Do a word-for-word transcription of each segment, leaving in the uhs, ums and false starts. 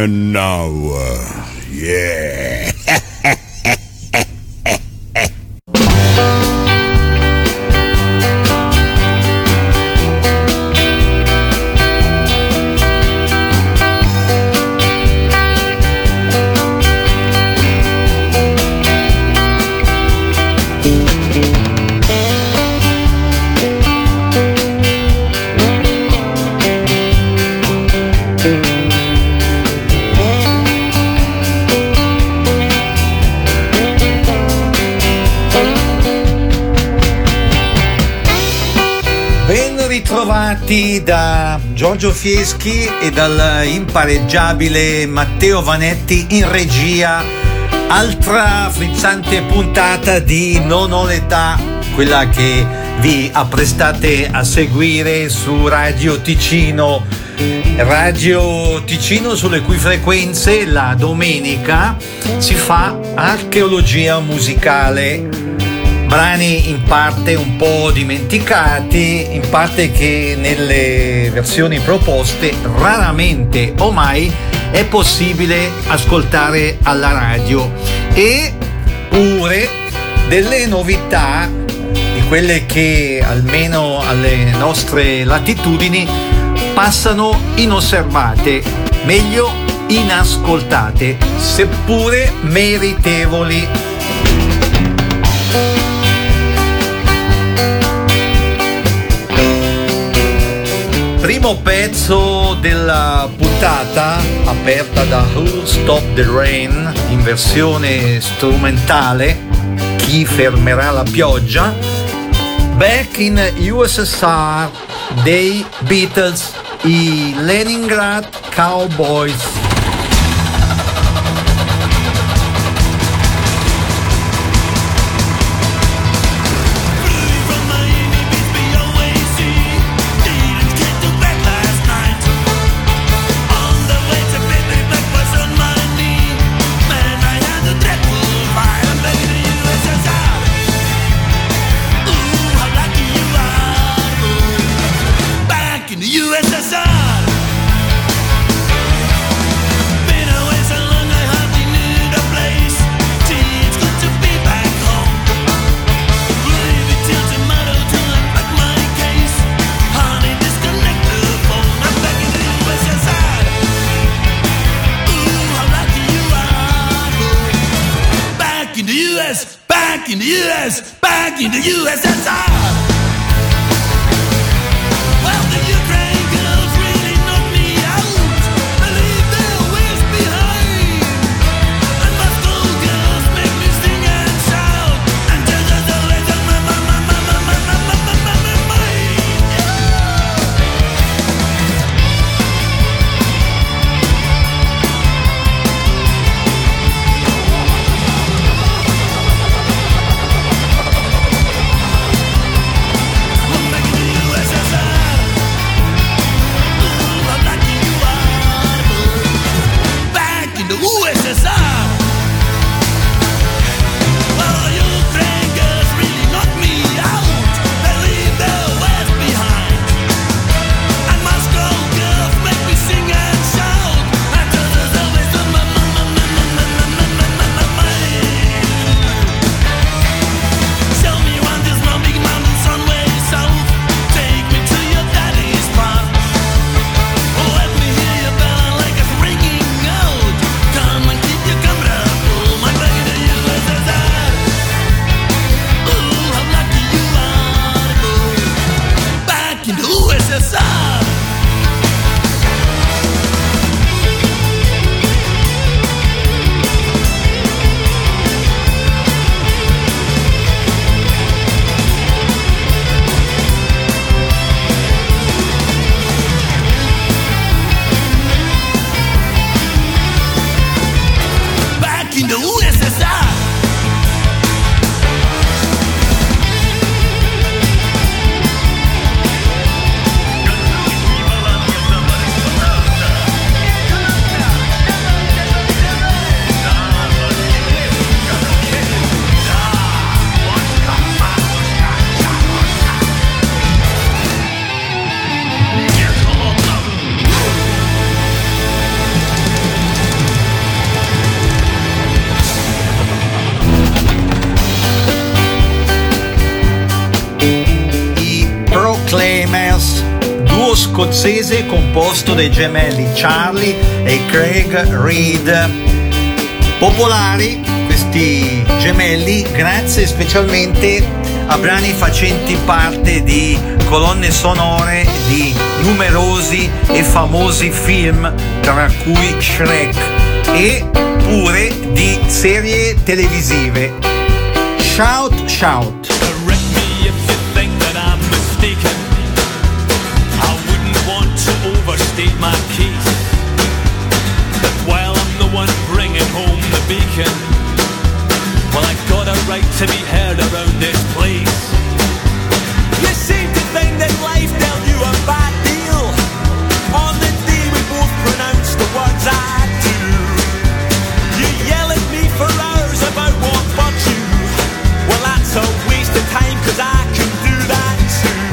And now, uh, yeah. Da Giorgio Fieschi e dal impareggiabile Matteo Vanetti in regia, altra frizzante puntata di Non ho l'età, quella che vi apprestate a seguire su Radio Ticino. Radio Ticino, sulle cui frequenze la domenica si fa archeologia musicale. Brani in parte un po' dimenticati, in parte che nelle versioni proposte raramente o mai è possibile ascoltare alla radio, e pure delle novità, di quelle che almeno alle nostre latitudini passano inosservate, meglio inascoltate, seppure meritevoli. Primo pezzo della puntata, aperta da Who'll Stop the Rain in versione strumentale, Chi fermerà la pioggia, Back in U S S R dei Beatles, i Leningrad Cowboys. in the U S, back in the U S S R. Well, the Ukraine girls really knocked me out. I leave their ways behind. And Moscow girls make me sing and shout. And just as always on my, my, my, my, my, my, my, my, my, my, my mind. scozzese composto dai gemelli Charlie e Craig Reed. Popolari questi gemelli grazie specialmente a brani facenti parte di colonne sonore di numerosi e famosi film, tra cui Shrek, e pure di serie televisive. Shout Shout. Correct me if you think that I'm mistaken. I wouldn't want to overstate my case. But while I'm the one bringing home the bacon, well, I got a right to be heard around this place. You seem to think that life dealt you a bad deal on the day we both pronounced the words I do. You yell at me for hours about what but you. Well, that's a waste of time, cause I can do that too.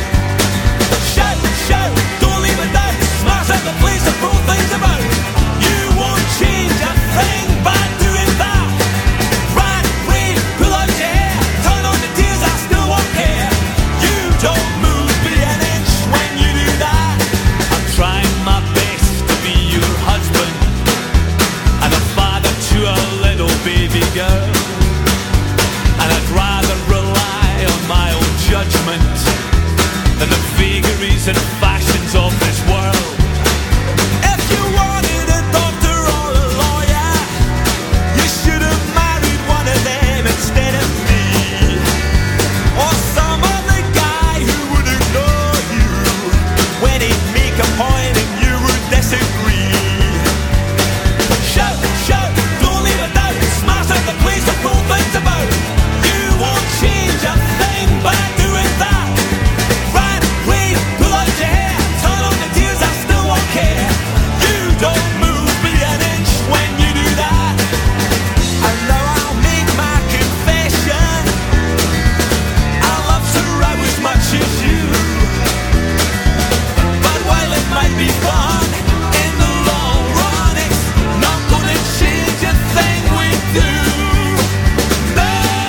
Shout, shout, don't leave a doubt. Smash out the place to throw things about. You won't change a thing by doing that. Rant, rave, pull out your hair. Turn on the tears, I still won't care. You don't move me an inch when you do that. I'm trying my best to be your husband and a father to a little baby girl. And I'd rather rely on my own judgment than the vagaries and fashions of this world. If you wanted a doctor or a lawyer, you should have married one of them instead of me. Or some other guy who would ignore you when he'd make a point and you would disagree. Shout, shout, don't leave a doubt. Smash out the place to pull things about. You won't change a thing by doing that. Rant, rave, pull out your hair. Turn on the tears, I still won't care. You don't move me an inch when you do that. And now I'll make my confession. I love to row as much as you. But while it might be fun, in the long run it's not gonna change a thing we do. No.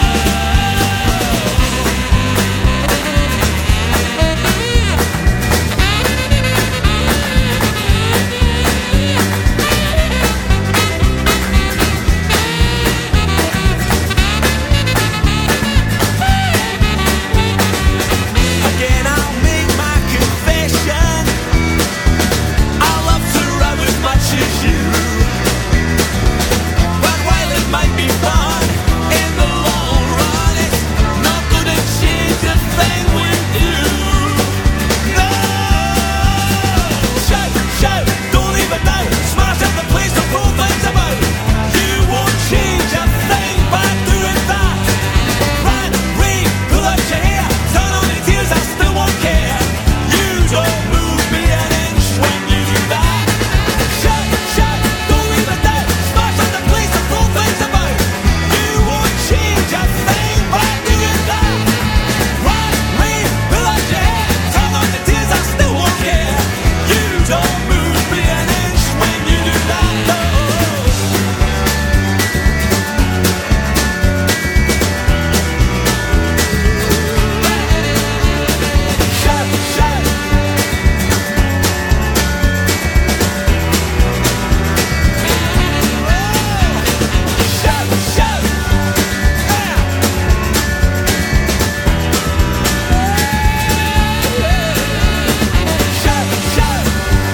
Again, I'll make my confession. I love to row as much as you. But while it might be fun, in the long run, it's not gonna change a thing we do. No! Shout, shout, don't leave a doubt. Smash up the place to throw things about. You won't change a thing by doing that. Rant, rave, pull out your hair. Turn on the tears, I still won't care. You don't move me an inch when you do that. Shout, shout, don't leave a doubt. Smash up the place to throw things about. You won't change a thing by doing that. Rant, rave, pull out your hair. Turn on the tears, I still won't care. You don't move me an inch when you do that. No. Shout, shout. Shout, shout. Shout, shout.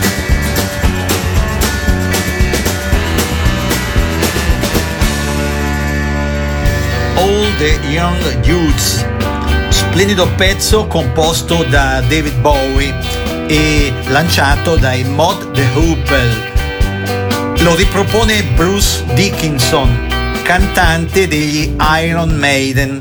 All the Young Dudes, splendido pezzo composto da David Bowie e lanciato dai Mod the Hoople. Lo ripropone Bruce Dickinson, cantante degli Iron Maiden.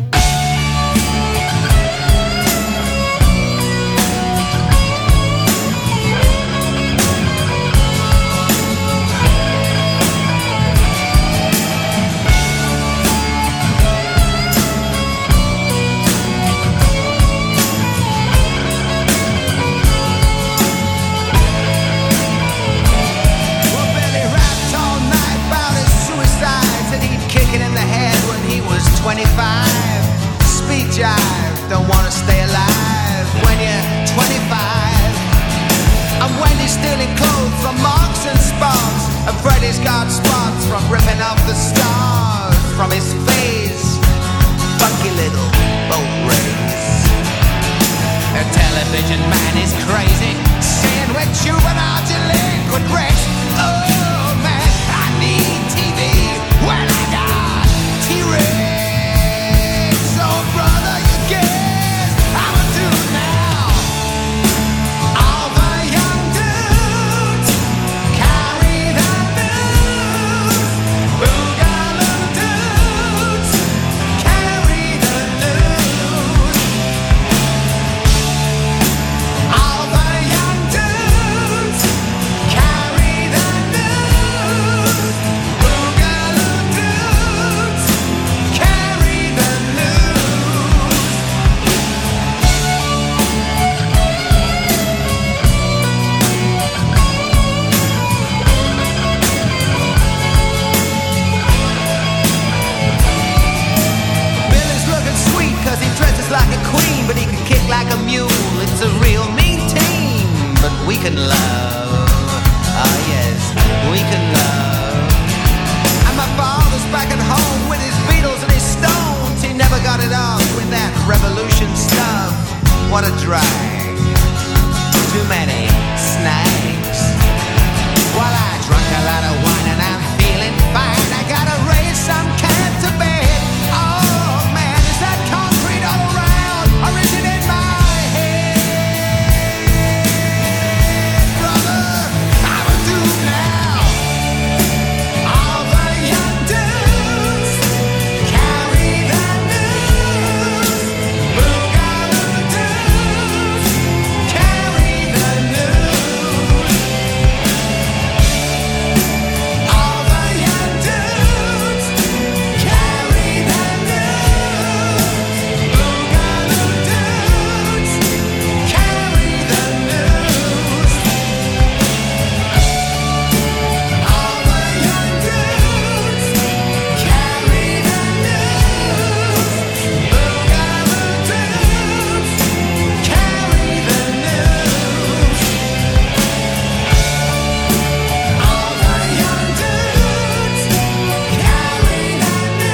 Well, Billy rapped all night about his suicides, and he'd kick it in the head when he was twenty-five. dark spots from ripping off the stars from his face. Funky little boat race. The television man is crazy, saying we're juvenile delinquent wrecks. Oh man, I need T V when I got T-Rex. Oh brother, you guess I'm a dude now. All the young dudes carry the news. Boogaloo dudes carry the news. All the young dudes carry the news. Boogaloo dudes carry the news. Billy's looking sweet cause he dresses like a queen, but he can kick like a mule. It's a real mean team, but we can love. Ah yes, we can love. And my father's back at home with his Beatles and his Stones. He never got it off with that revolution stuff. What a drag. Too many snakes. While I drunk a lot of wine and I'm feeling fine, I gotta raise some cat to bed. Oh man, is that concrete all around, or is it in my head? Brother, I'm a dude now. All the young dudes carry the news. Boogaloo dudes carry the news. All the young dudes carry the news. Boogaloo dudes carry the news. All the young dudes carry the news. Boogaloo dudes carry the news. All the young dudes carry the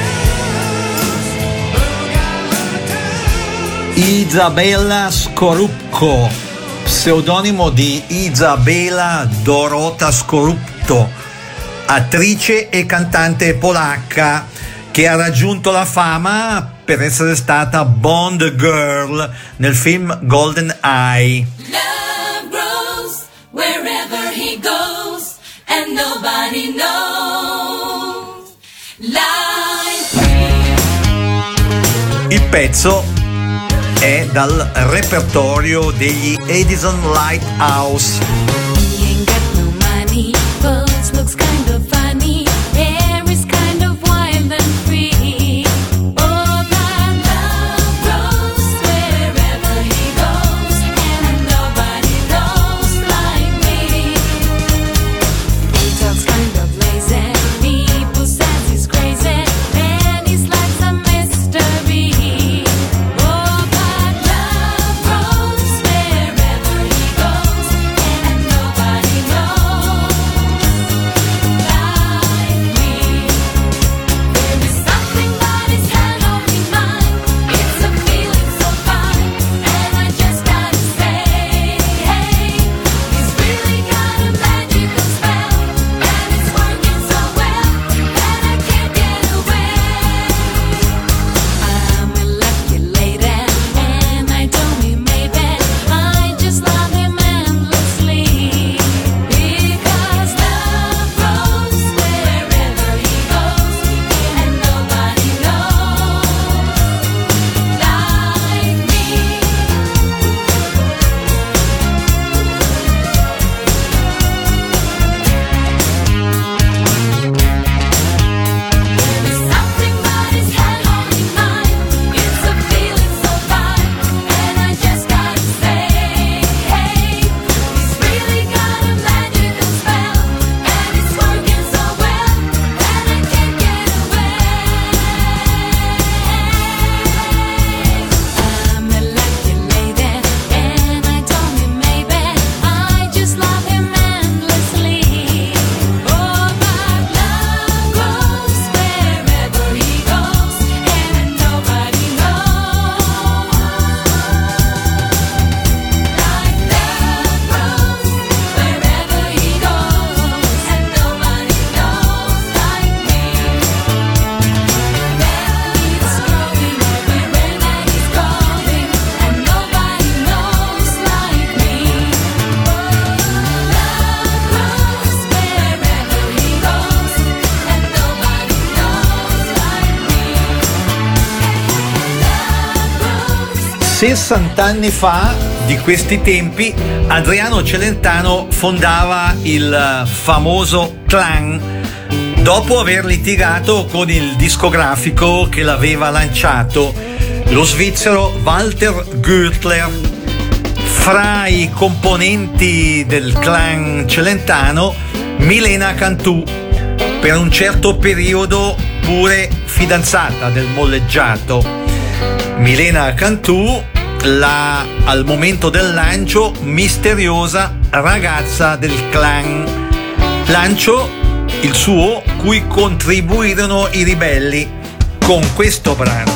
news. Boogaloo dudes. Izabela Scorupco, pseudonimo di Izabela Dorota Scorupto, attrice e cantante polacca che ha raggiunto la fama per essere stata Bond Girl nel film Golden Eye. Love grows wherever he goes, and nobody knows. Life Il pezzo è dal repertorio degli Edison Lighthouse. He ain't got no money, but looks kind of funny. Hair is kind of wild and free. Oh, my love grows wherever he goes, and nobody knows like me. He talks kind of lazy, people says he's crazy, and he's like some mystery. Oh, my love grows wherever he goes, and nobody sessanta anni fa, di questi tempi, Adriano Celentano fondava il famoso Clan dopo aver litigato con il discografico che l'aveva lanciato, lo svizzero Walter Gürtler. Fra i componenti del Clan Celentano, Milena Cantù, per un certo periodo pure fidanzata del molleggiato. Milena Cantù, la al momento del lancio misteriosa ragazza del Clan. Lancio il suo cui contribuirono i ribelli con questo brano.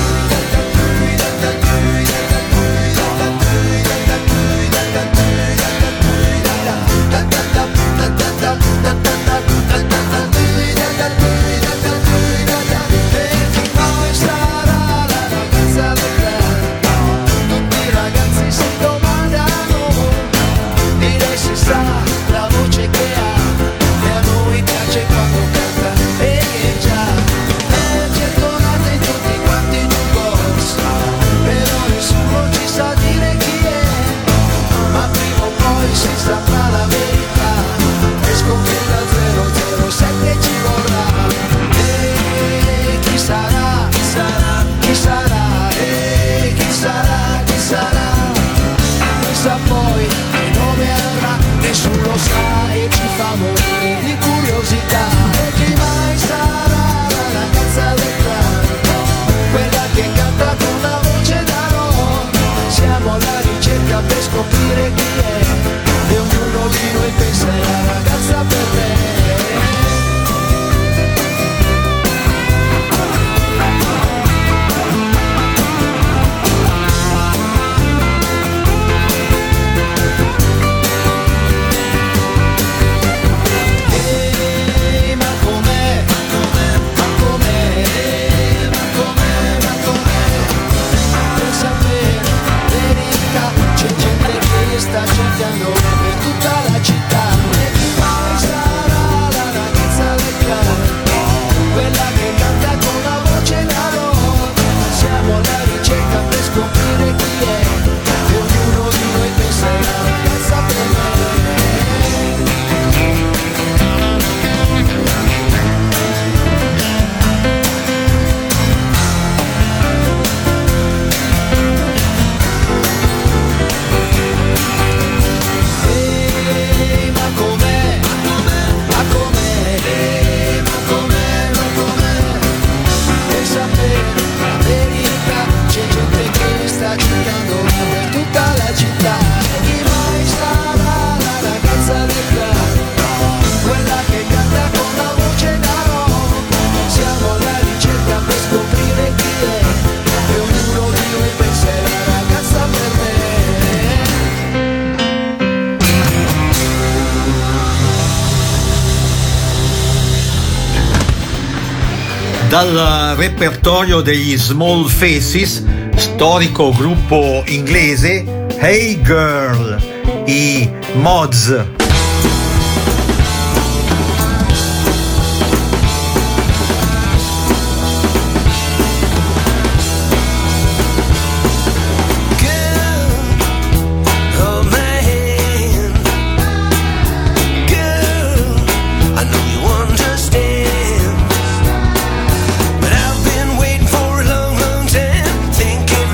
Dal repertorio degli Small Faces, storico gruppo inglese, Hey Girl, i Mods.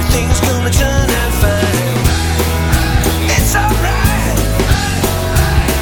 It's alright.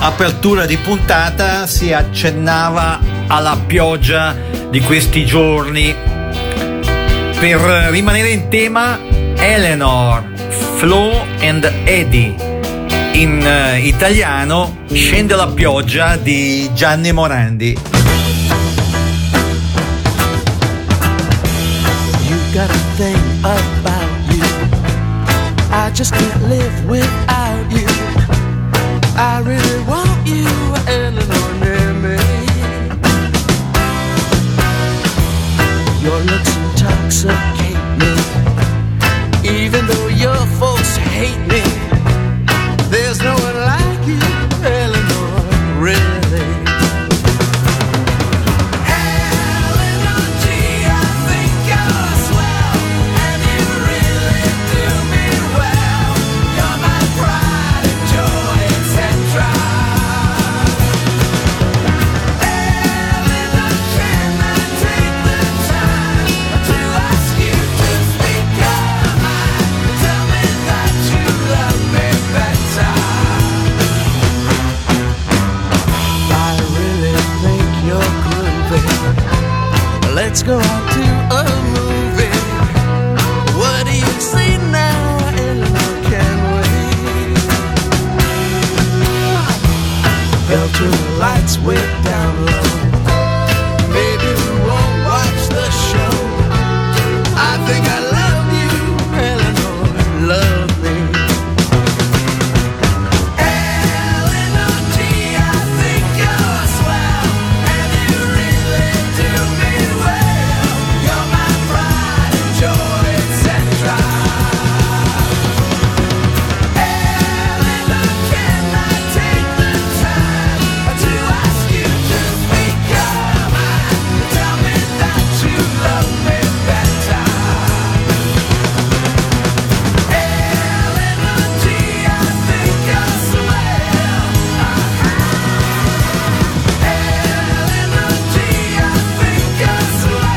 apertura di puntata si accennava alla pioggia di questi giorni. Per rimanere in tema, Eleanor, Flo and Eddie. In eh, italiano, Scende la pioggia di Gianni Morandi. You got a thing about you. I just can't live without you. I really want you, Eleanor, near me. Your looks intoxicate me. Even though your folks hate me, there's no one like you, Eleanor, really. Eleanor, gee, I think you're swell, and you really do me well. You're my pride and joy, et cetera. Eleanor, can I take the time to ask you to speak your mind? Tell me that you love me better. I really think you're groovy. Let's go out to a movie. What do you say now, Eleanor? Can we? Go to the lights way down low. Maybe we won't watch the show. I think I love you, Eleanor. Love me. Eleanor, gee, I think you're swell, and you really do me well. You're my pride and joy, et cetera. Eleanor, can I take the time to ask you to speak your mind? Tell me that you love me better. Eleanor, gee, I think you're swell. Eleanor, gee, I think you're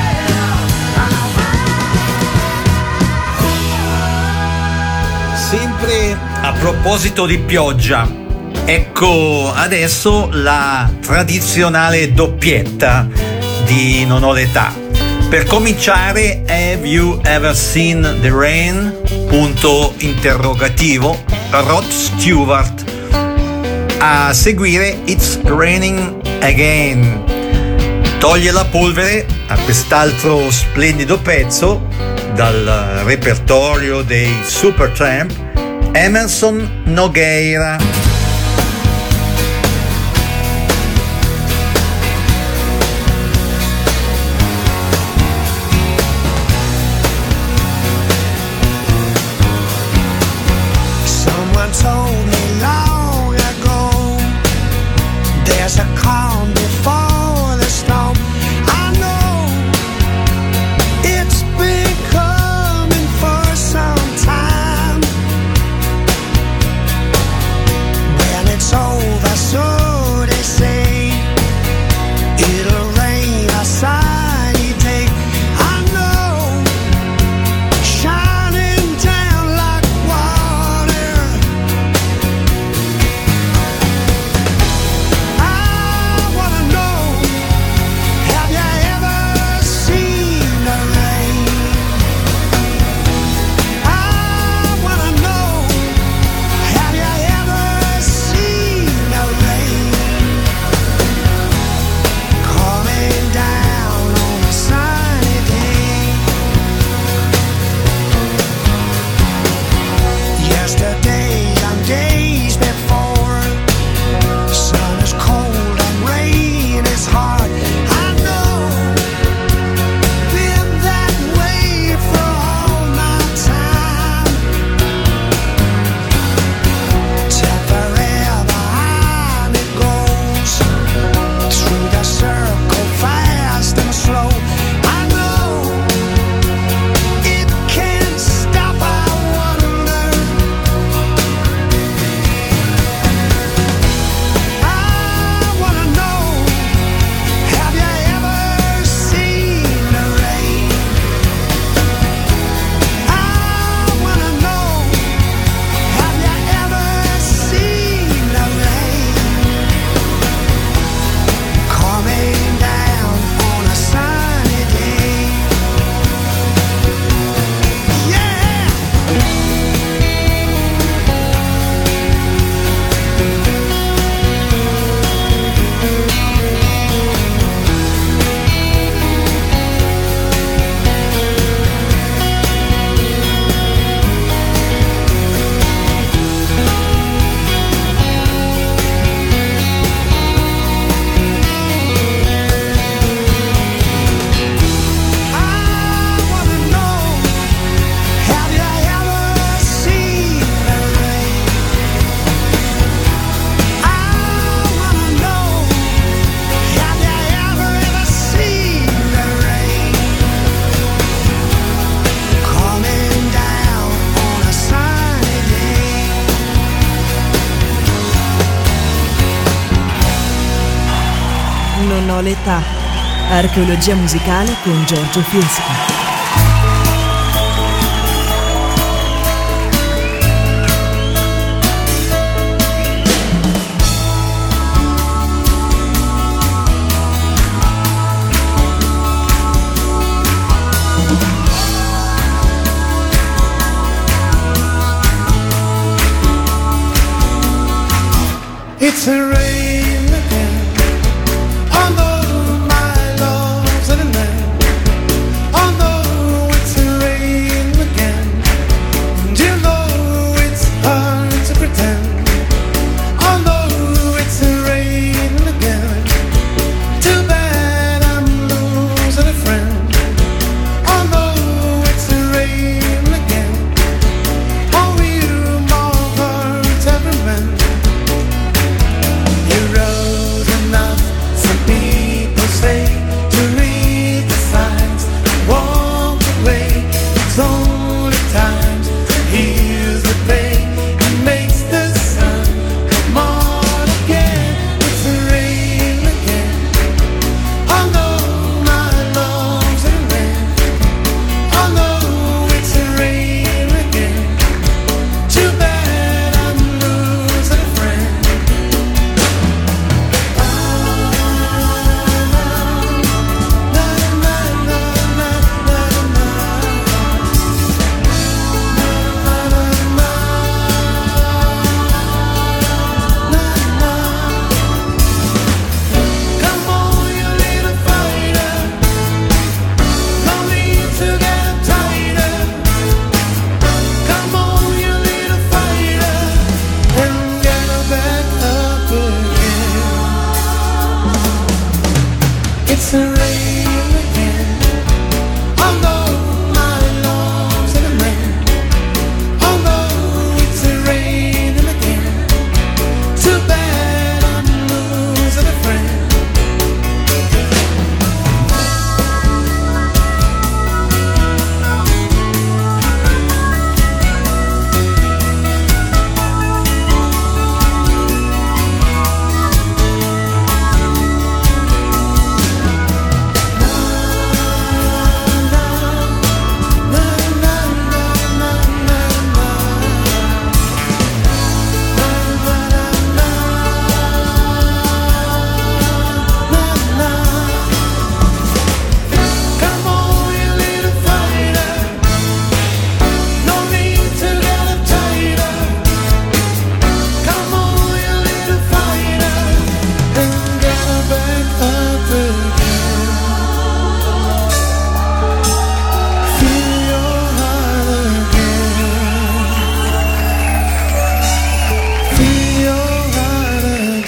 swell. Sempre a proposito di pioggia, ecco adesso la tradizionale doppietta di Non ho l'età. Per cominciare, have you ever seen the rain? Punto interrogativo, Rod Stewart. A seguire, It's Raining Again. Toglie la polvere a quest'altro splendido pezzo dal repertorio dei Supertramp, Emerson Nogueira. Someone told me long ago there's a calm before the storm. I know it's been coming for some time. parole T A. Archeologia musicale con Giorgio Fieschi. It's a rain again. Oh no, my love's in an end. Oh no, it's a rain again. And you know it's hard to pretend. Oh no, it's a rain again. Too bad I'm losing a friend. Oh no, it's a rain again. Oh, you more hurt every man. You wrote enough, some people say, to read the signs and walk away. It's only time to heal the pain and makes the sun come on again. It's a rain again. Oh no, my love's in rain. Oh no, it's a rain again. Too bad I'm losing a friend. Come on, you little fighter. No need to get tighter. Come on, you little fighter, and get back up again. It's a rain again. Oh no, my love's in a man. Oh no, it's a raining again. Too bad I'm losing a friend. Come on, you little fighter. No need to get tighter. Come on, you little fighter, and get back up again. Feel your heart again. Feel your heart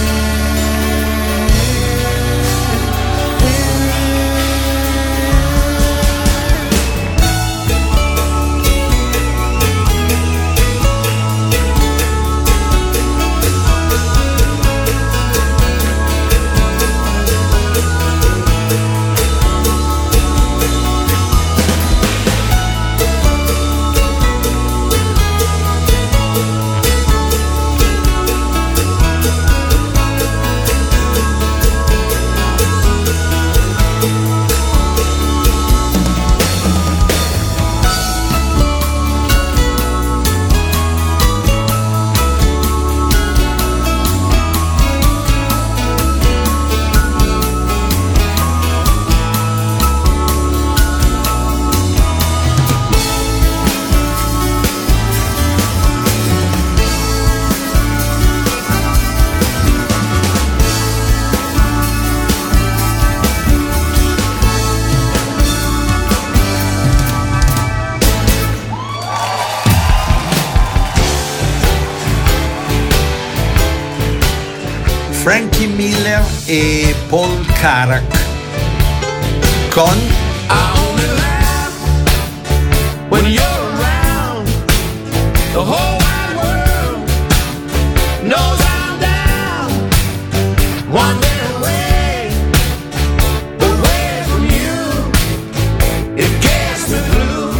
Frankie Miller e Paul Carrack con I only laugh when you're around. The whole wide world knows I'm down. One day away, away from you, it gets me blue.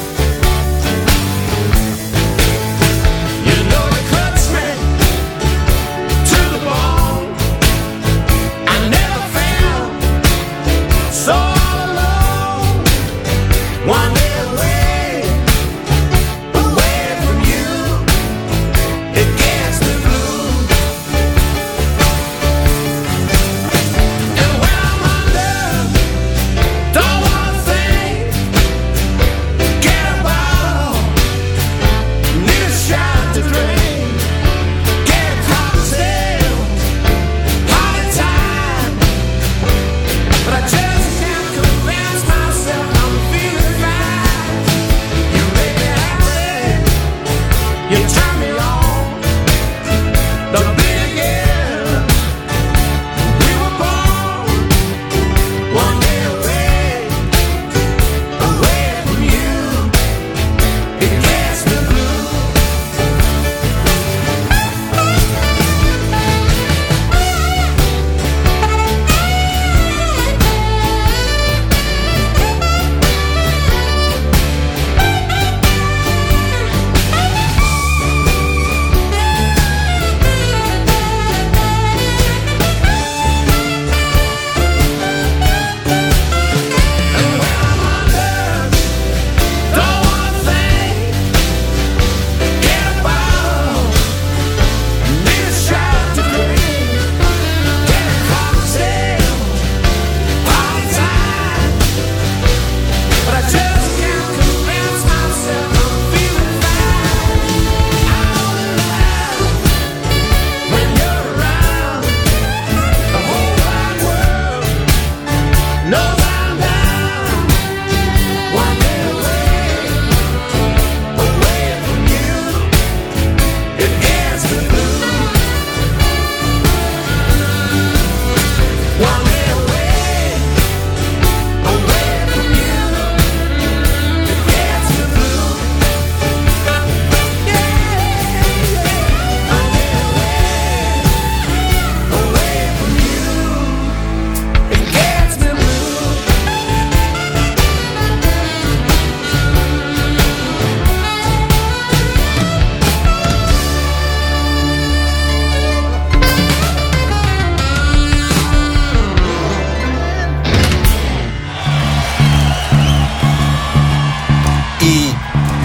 You know it cuts me to the bone. I never found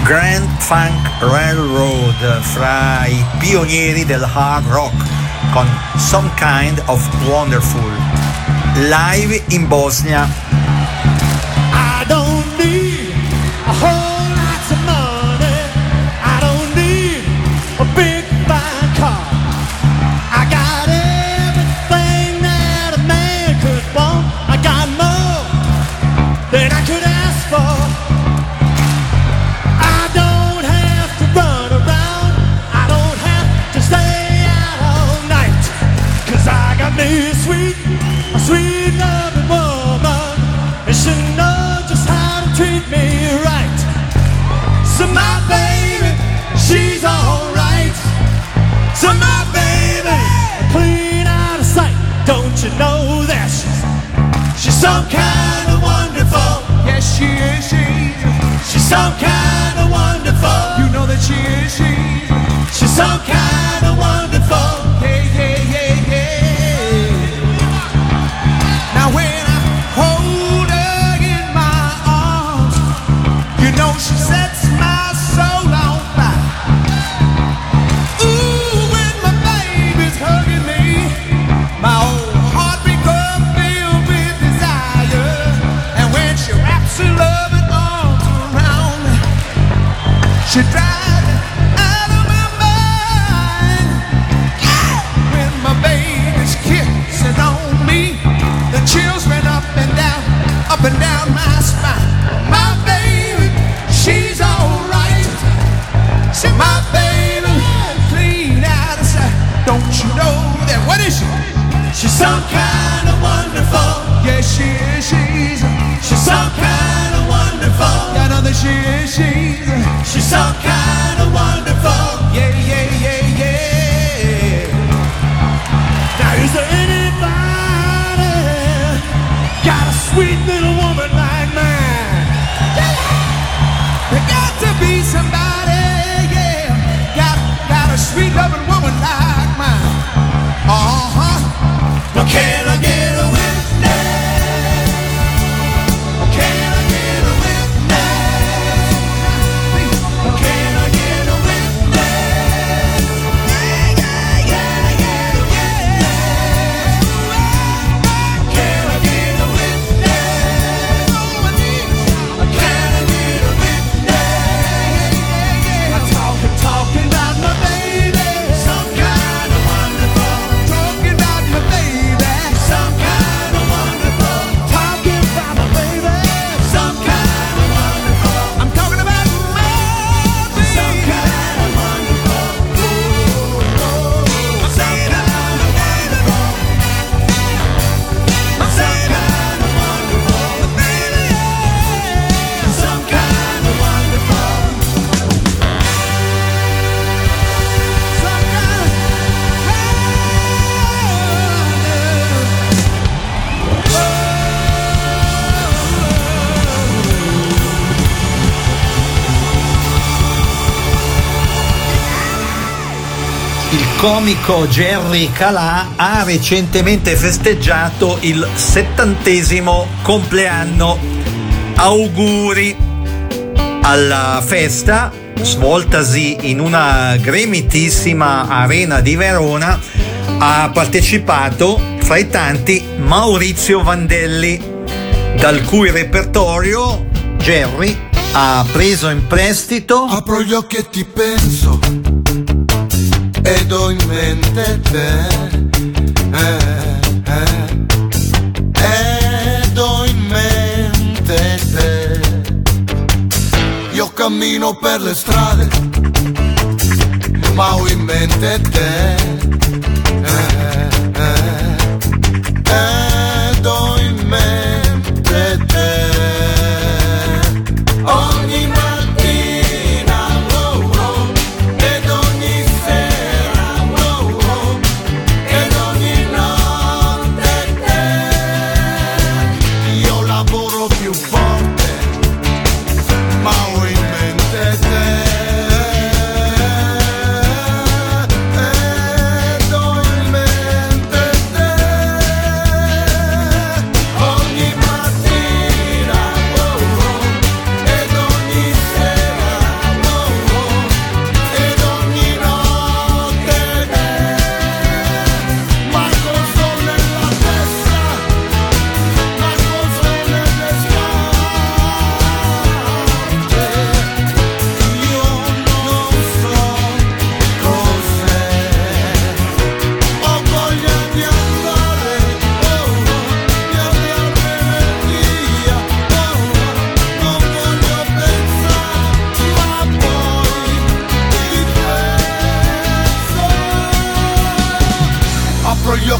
Grand Funk Railroad, fra i pionieri del hard rock, con Some Kind of Wonderful, live in Bosnia. I don't need a whole lot of money. I don't need a big fine car. I got everything that a man could want. I got more than I could ask for. I don't have to run around. I don't have to stay out all night. 'Cause I got me a sweet, a sweet loving woman. And she knows just how to treat me right. So my baby, she's alright. So my baby, clean out of sight. Don't you know that she's, she's some kind of wonderful. Yes, she is, she's, she's some kind of wonderful. You know that she is, she's, she's some kind of wonderful. Yeah, yeah, yeah, yeah. Now when I hold her in my arms, you know she sets my soul on fire. Ooh, when my baby's hugging me, my whole heart becomes filled with desire. And when she wraps her loving arms around me, she drives me out of my mind. Yeah! When my baby's kissing on me, the chills run up and down, up and down my spine. My baby, she's alright. See my baby, clean out of sight. Don't you know that? What is she? She's some kind of wonderful. Yes, she is. She's she's some kind of wonderful. I know that she is. She's she's some kind of wonderful. Yeah, yeah, yeah, yeah. Now is there anybody got a sweet little woman like mine? There got to be somebody, yeah. Got got a sweet loving woman like mine. Uh huh. Well, can I get a witness? Can I get a witness? Can I get a witness? Yeah, yeah, yeah, yeah, yeah. Can I get a witness? Oh, I need. Can I get a witness? I'm talking, talking about my baby. Some kind of wonderful. Talking about my baby. Some kind of wonderful. Talking about my baby. Some kind of wonderful. I'm talking about my baby. Some kind of wonderful. Oh, oh, some kind of wonderful. Some kind of wonderful. Baby, some kind of wonderful. Some kind of Il comico Jerry Calà ha recentemente festeggiato il settantesimo compleanno. Auguri! Alla festa, svoltasi in una gremitissima arena di Verona, ha partecipato fra i tanti Maurizio Vandelli, dal cui repertorio Jerry ha preso in prestito Apro gli occhi e ti penso ed ho in mente te, eh, eh, ed ho in mente te. Io cammino per le strade, ma ho in mente te, eh, eh, ed ho in mente te. Ogni mattina, oh, oh, ed ogni sera, oh, oh, ed ogni notte te. Io lavoro più forte, ma ho in mente te. Ed ho in mente te. Ogni mattina, oh, oh, ed ogni sera,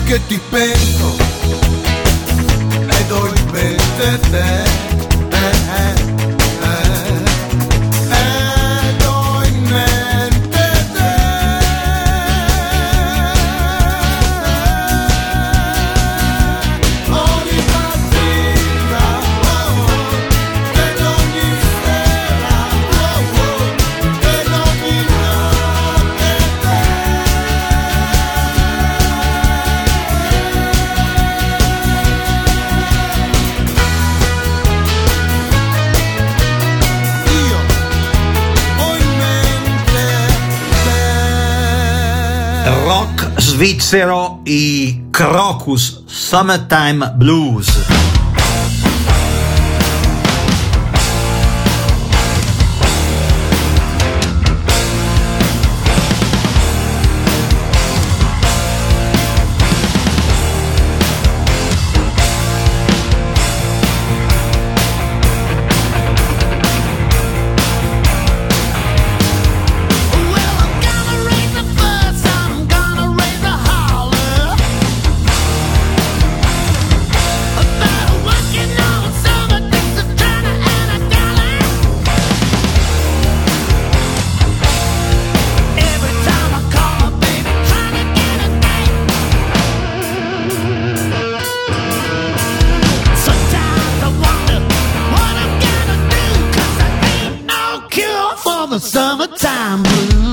che ti penso ed ho in mente te. Eh, eh, eh. Ed ho in mente te. Ogni mattina, oh, oh, ed ogni sera, oh, oh, ed ogni notte te. Io ho in mente te. Rock svizzero, i Crocus, Summertime Blues. Well, I'm gonna raise the fuss, I'm gonna raise the holler about working on summer things, a Turner and a dollar. Every time I call my baby, trying to get a date. Sometimes I wonder what I'm gonna do, 'cause I ain't no cure for the summertime blues.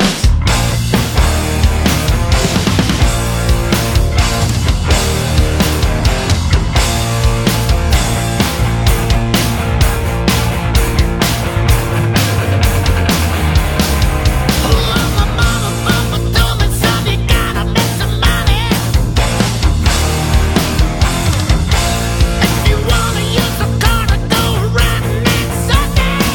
Oh, my mama, mama told me, son, you gotta make some money. If you wanna use the car to go riding next Sunday.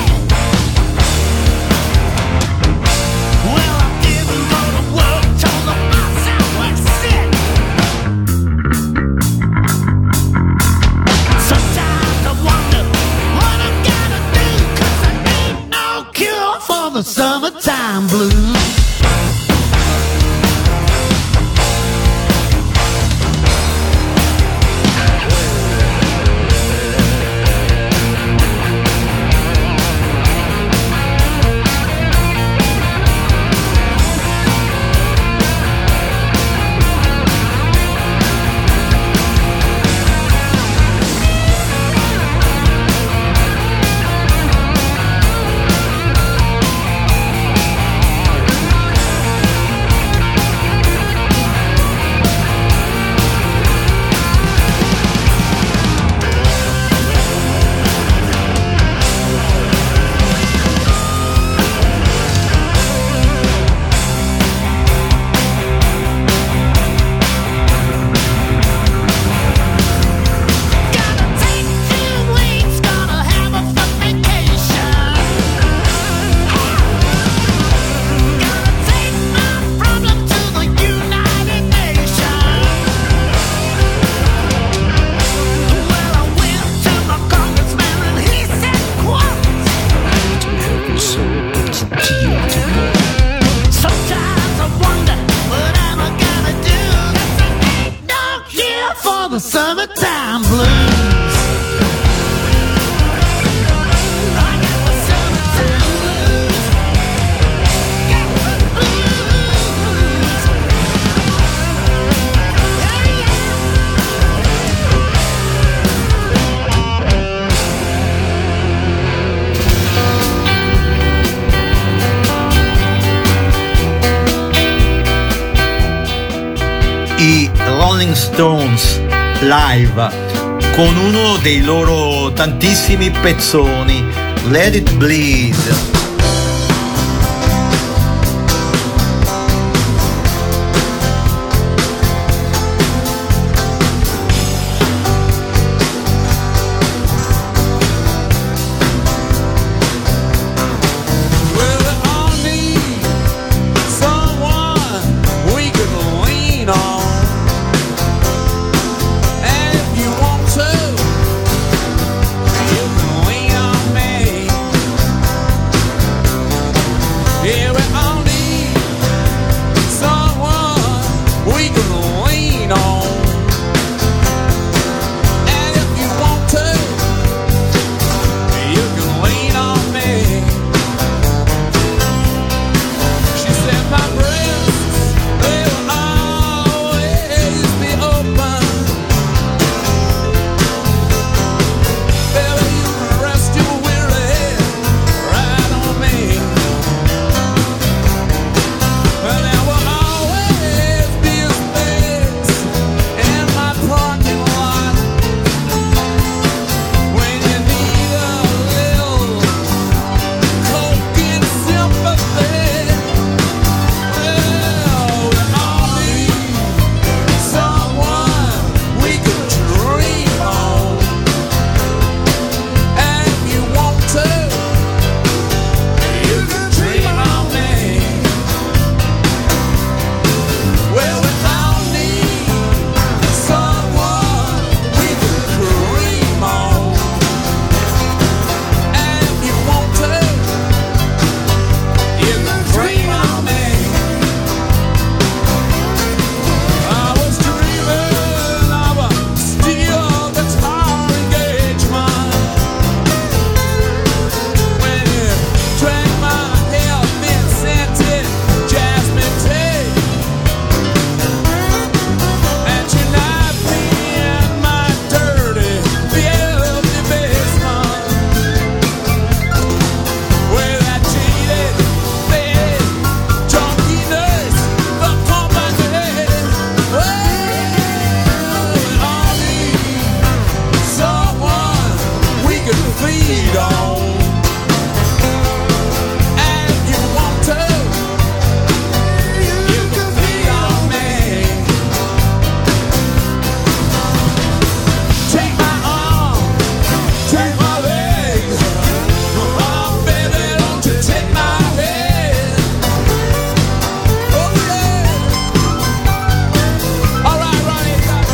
Well, I didn't go to work, told the boss I was sick. Sometimes I wonder what I'm gonna do, 'cause I ain't no cure for the summertime blues. Gotta take two weeks, gonna have a fun vacation. Gotta take my problem to the United Nations. Well, I went to my congressman and he said, quote, sometimes I wonder what am I gonna do, 'cause I ain't no cure for the summertime blues. I got the summertime blues. Got the blues. Yeah, yeah. I Rolling Stones live con uno dei loro tantissimi pezzoni, Let It Bleed. Well, we all need someone we can lean on. And if you want to, you can lean on me. on. And you want to, you can be on me. Take my arm, take my leg. Oh, baby, don't you take my head. Oh, yeah. All right, Ronnie.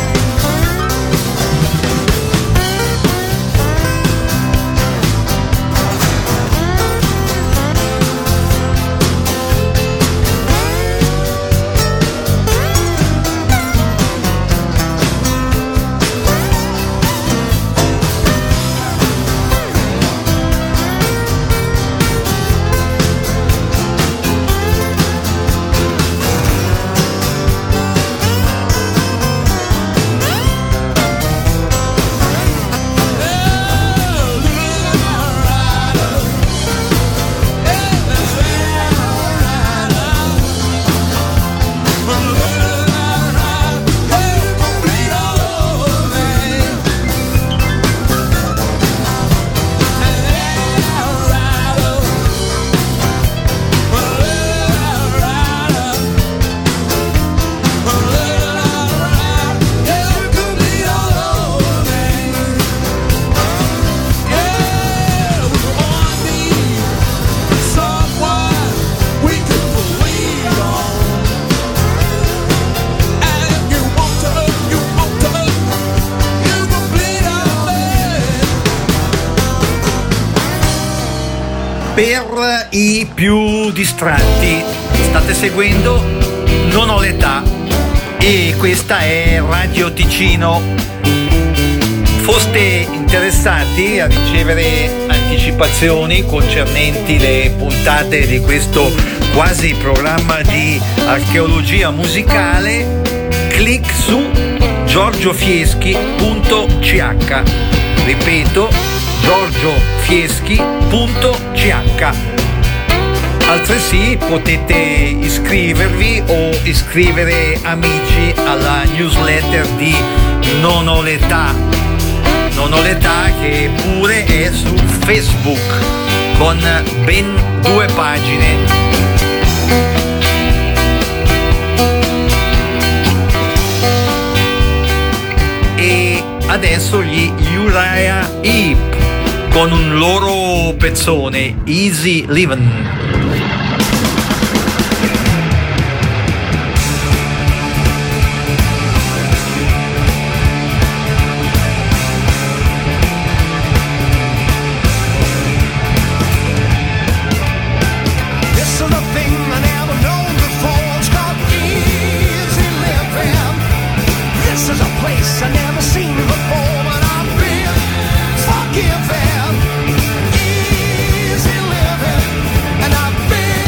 Per i più distratti, state seguendo Non ho l'età e questa è Radio Ticino. Foste interessati a ricevere anticipazioni concernenti le puntate di questo quasi programma di archeologia musicale, clic su giorgiofieschi punto c h. Ripeto, giorgiofieschi punto c h. Altresì potete iscrivervi o iscrivere amici alla newsletter di Non ho l'età. Non ho l'età, che pure è su Facebook con ben due pagine. E adesso gli Uriah Heep con un loro pezzone, Easy Livin'. This is a thing I never known before. It's called easy living. This is a place I never seen before, but I've been forgiven. Easy living, and I've been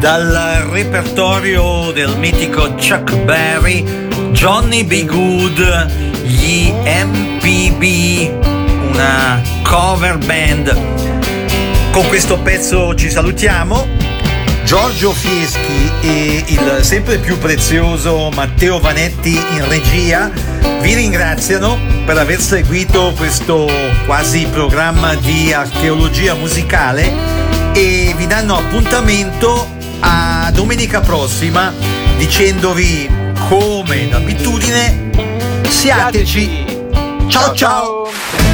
dal repertorio del mitico Chuck Berry, Johnny B. Good, gli M P B, una cover band. Con questo pezzo ci salutiamo. Giorgio Fieschi e il sempre più prezioso Matteo Vanetti in regia vi ringraziano per aver seguito questo quasi programma di archeologia musicale e vi danno appuntamento a domenica prossima dicendovi come d'abitudine siateci. Ciao ciao!